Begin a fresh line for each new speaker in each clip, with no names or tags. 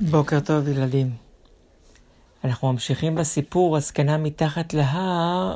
בוקר טוב ילדים. אנחנו ממשיכים בסיפור הזקנה מתחת להר,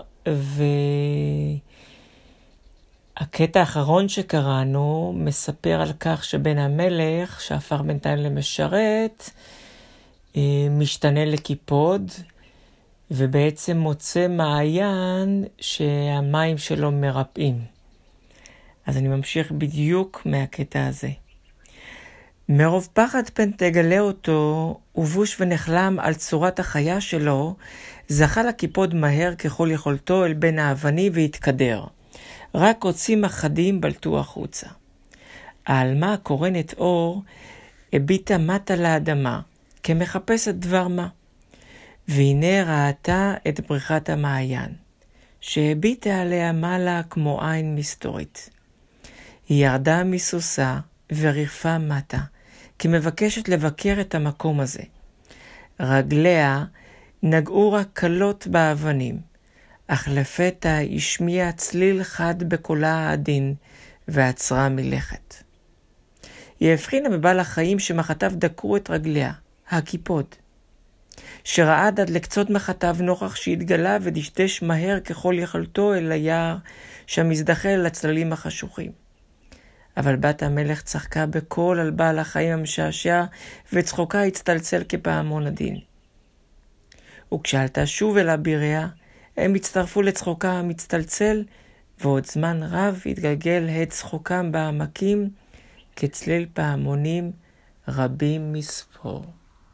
והקטע האחרון שקראנו מספר על כך שבן המלך שהפך בינתיים למשרת משתנה לקיפוד, ובעצם מוצא מעיין שהמים שלו מרפאים. אז אני ממשיך בדיוק מהקטע הזה. מרוב פחד פן תגלה אותו, ובוש ונחלם על צורת החיה שלו, זכה לקיפוד מהר ככל יכולתו אל בין האבני והתקדר. רק קוצים אחדים בלטו החוצה. העלמה הקורנת אור הביטה מטה לאדמה, כמחפשת דבר מה. והנה ראתה את בריכת המעיין, שהביטה עליה מעלה כמו עין מסתורית. היא ירדה מסוסה ורחפה מטה, כי מבקשת לבקר את המקום הזה. רגליה נגעו רק קלות באבנים, אך לפתע השמיעה צליל חד בקולה העדין, ועצרה מלכת. היא הבחינה בבעל החיים שמחטיו דקרו את רגליה, הקיפוד, שרעד עד לקצות מחטיו נוכח שהתגלה ודשדש מהר ככל יכולתו אל היער שהמזדחל אל הצללים החשוכים. אבל בת המלך צחקה בקול על בעל החיים המשעשע, וצחוקה הצטלצל כפעמון עדין. וכשעלתה שוב אל הביריה, הם הצטרפו לצחוקה המצטלצל, ועוד זמן רב התגלגל את צחוקם בעמקים, כצליל פעמונים רבים מספור.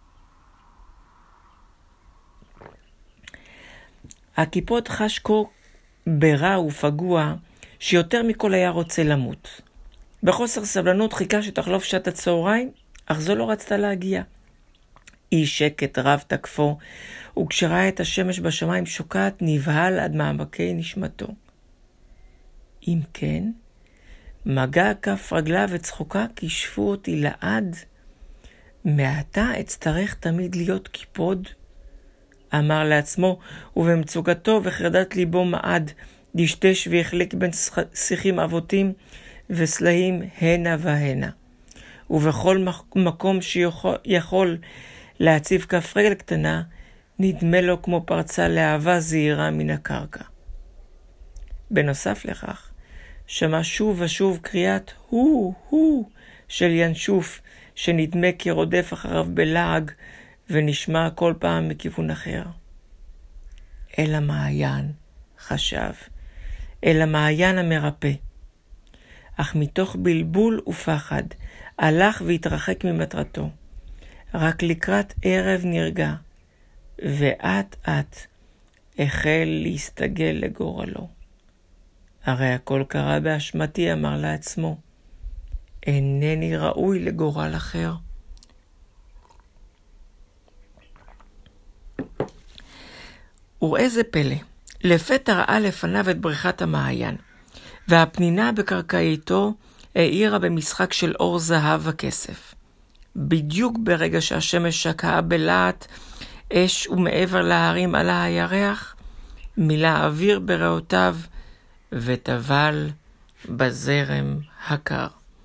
הקיפוד חש כה ברע ופגוע, שיותר מכל היה רוצה למות. בחוסר סבלנות חיכה שתחלוף שעת הצהריים, אך זו לא רצתה להגיע. אי שקט רב תקפו, וכשראה את השמש בשמיים שוקעת, נבהל עד מעמקי נשמתו. אם כן, מגע כף רגלה וצחוקה, כשפו אותי לעד. מעתה אצטרך תמיד להיות קיפוד, אמר לעצמו, ובמצוקתו וחרדת ליבו מעד, דשדש והחליק בין שיחים אבותים, וסלעים הנה והנה. ובכל מקום שיכול להציב כף רגל קטנה, נדמה לו כמו פרצה לאהבה זהירה מן הקרקע. בנוסף לכך, שמע שוב ושוב קריאת הו של ינשוף, שנדמה כרודף אחריו בלעג, ונשמע כל פעם מכיוון אחר. אל המעיין, חשב, אל המעיין המרפא. אך מתוך בלבול ופחד, הלך והתרחק ממטרתו. רק לקראת ערב נרגע, ואט אט החל להסתגל לגורלו. הרי הכל קרה באשמתי, אמר לעצמו. אינני ראוי לגורל אחר. וראה זה פלא, לפתע ראה לפניו את בריכת המעיין, והפנינה בקרקעיתו האירה במשחק של אור זהב וכסף. בדיוק ברגע שהשמש שקעה בלהט אש ומעבר להרים עלה הירח, מילא האוויר בריאותיו וטבל בזרם הקר.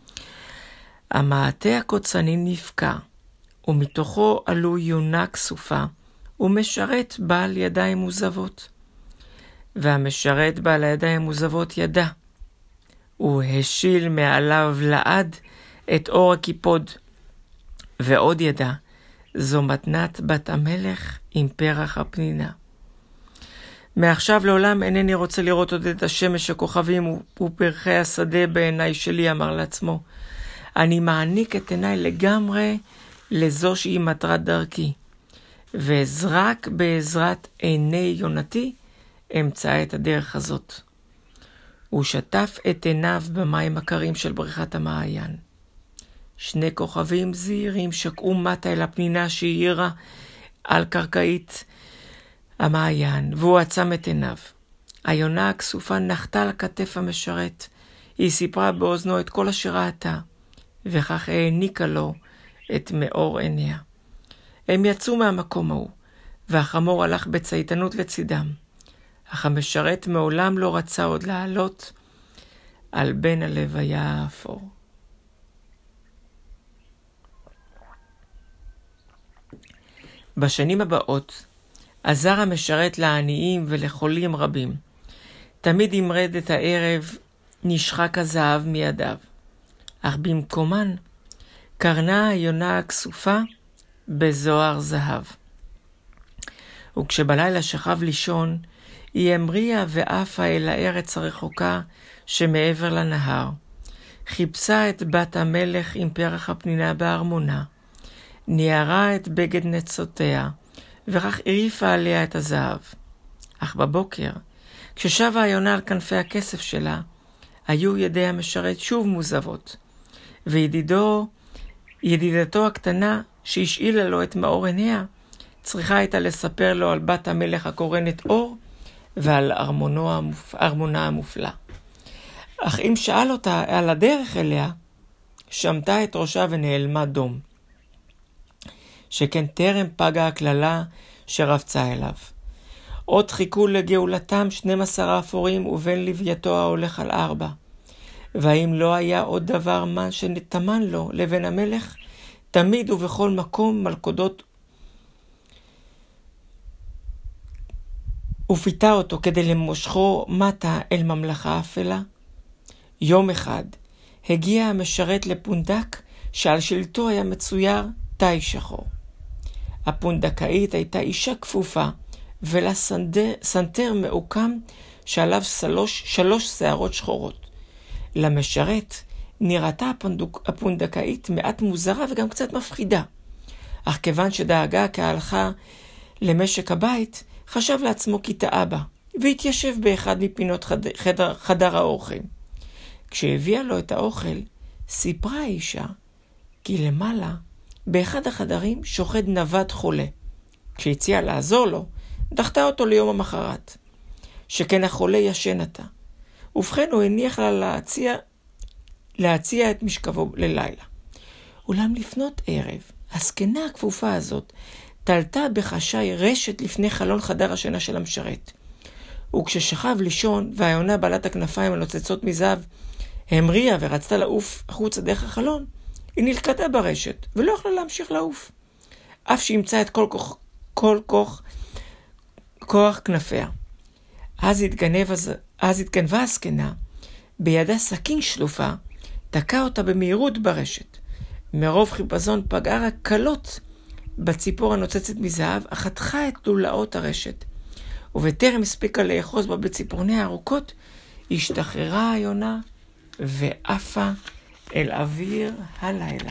המעטה הקוצני נפקע, ומתוכו עלו יונה כסופה, ומשרת בעל ידיים מוזבות. והמשרת בעל הידיים מוזבות ידע. הוא השיל מעליו לעד את אור הקיפוד. ועוד ידע, זו מתנת בת המלך עם פרח הפנינה. מעכשיו לעולם אינני רוצה לראות עוד את השמש הכוכבים ופרחי השדה בעיניי שלי, אמר לעצמו. אני מעניק את עיניי לגמרי לזו שהיא מטרת דרכי. ורק בעזרת עיני יונתי אמצא את הדרך הזאת. הוא שטף את עיניו במים הקרים של בריכת המעיין. שני כוכבים זהירים שקעו מטה אל הפנינה שהאירה על קרקעית המעיין, והוא עצם את עיניו. היונה הכסופה נחתה על כתף המשרת. היא סיפרה באוזנו את כל אשר ראתה, וכך העניקה לו את מאור עיניה. הם יצאו מהמקום ההוא, והחמור הלך בצייתנות לצידם. אך המשרת מעולם לא רצה עוד לעלות על בן הלוויה האפור. בשנים הבאות עזר המשרת לעניים ולחולים רבים. תמיד ימרד את הערב נשחק הזהב מידיו. אך במקומן קרנה היונה הכסופה בזוהר זהב. וכשבלילה שכב לישון, היא המריאה ועפה אל הארץ הרחוקה שמעבר לנהר. חיפשה את בת המלך עם פרח הפנינה בארמונה, ניערה את בגד נצותיה, וכך עריפה עליה את הזהב. אך בבוקר, כששבה היונה על כנפי הכסף שלה, היו ידי המשרת שוב מוזבות, וידידתו הקטנה שהשאילה לו את מאור עיניה, צריכה הייתה לספר לו על בת המלך הקורנת אור, ועל ארמונה המופלא. אך אם שאל אותה על הדרך אליה, שמטה את ראשה ונעלמה דום. שכן טרם פגה הכללה שרבצה אליו. עוד חיכו לגאולתם 12 אפורים ובין לווייתו ההולך על 4. והאם לא היה עוד דבר מה שנתמן לו לבן המלך, תמיד ובכל מקום מלכודות ופיתה אותו כדי למושכו מטה אל ממלכה אפלה. יום אחד הגיע המשרת לפונדק שעל שלטו היה מצויר תאי שחור. הפונדקאית הייתה אישה כפופה ולה סנטר מעוקם שעליו 3 שערות שחורות. למשרת נראתה הפונדקאית מעט מוזרה וגם קצת מפחידה. אך כיוון שדאגה כהלכה למשק הבית, חשב לעצמו כי טעה בה, והתיישב באחד מפינות חדר האוכל. כשהביאה לו את האוכל, סיפרה האישה כי למעלה, באחד החדרים שוכד נווד חולה. כשהציעה לעזור לו, דחתה אותו ליום המחרת, שכן החולה ישן עתה. ובכן הוא הניח לה להציע את משכבו ללילה. אולם לפנות ערב, הזקנה הכפופה הזאת תלתה בחשאי רשת לפני חלון חדר השינה של המשרת. וכששכב לישון והיונה בעלת הכנפיים הנוצצות מזהב המריאה ורצתה לעוף החוצה דרך החלון, היא נלקטה ברשת ולא יכלה להמשיך לעוף, אף שימצא את כל כוח כנפיה. אז התגנבה הזקנה, בידה סכין שלופה, תקע אותה במהירות ברשת. מרוב חיפזון פגעה רק קלות בציפור הנוצצת מזהב, חתכה את לולאות הרשת, ובטרם הספיקה לאחוז בה בציפורניה הארוכות, השתחררה היונה ועפה אל אוויר הלילה.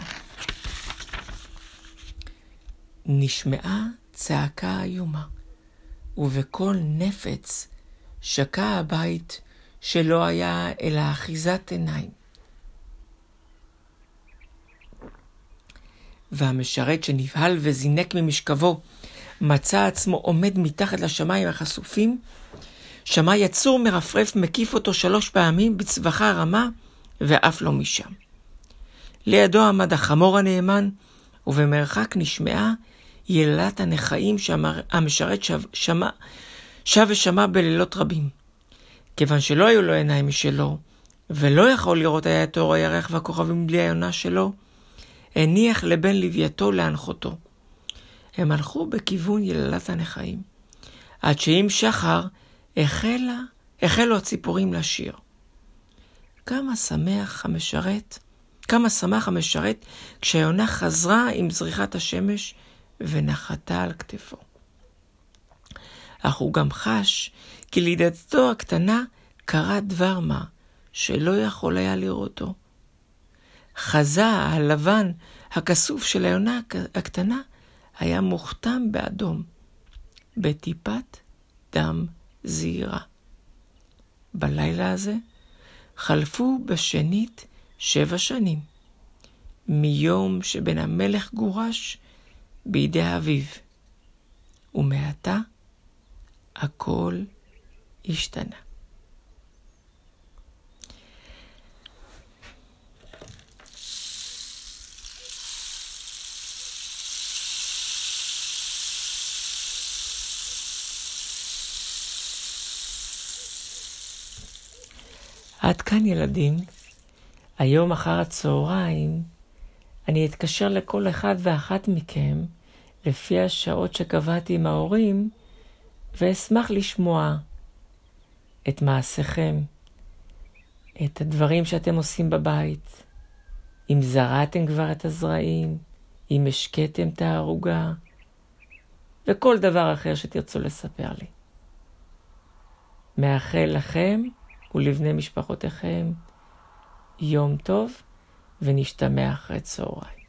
נשמעה צעקה איומה, ובכל נפץ שקע הבית שלא היה אלא אחיזת עיניים. והמשרת שנבהל וזינק ממשכבו, מצא עצמו עומד מתחת לשמיים החשופים. שמע יצור מרפרף מקיף אותו 3 פעמים בצווחה רמה, ואף לא משם. לידו עמד החמור הנאמן, ובמרחק נשמעה יללת הנחאים שהמשרת שב ושמע בלילות רבים. כיוון שלא היו לו עיניים משלו, ולא יכול לראות היה את אור הירח והכוכבים בלי היונה שלו, הניח לבן לווייתו להנחותו. הם הלכו בכיוון יללת הנחאים, עד שעם שחר החלו הציפורים לשיר. כמה שמח המשרת כשהיונה חזרה עם זריחת השמש ונחתה על כתפו. אך הוא גם חש כי לידתו הקטנה קרה דבר מה שלא יכול היה לראותו. חזה הלבן הכסוף של היונה הקטנה היה מוכתם באדום, בטיפת דם זהירה. בלילה הזה חלפו בשנית 7 שנים, מיום שבן המלך גורש בידי אביו, ומעתה הכל השתנה. עד כאן ילדים. היום אחר הצהריים אני אתקשר לכל אחד ואחת מכם לפי השעות שקבעתי עם ההורים, ואשמח לשמוע את מעשיכם, את הדברים שאתם עושים בבית, אם זרעתם כבר את הזרעים, אם השקעתם את הערוגה, וכל דבר אחר שתרצו לספר לי. מאחל לכם ולבני משפחותיכם יום טוב, ונשתמע אחרי צהריים.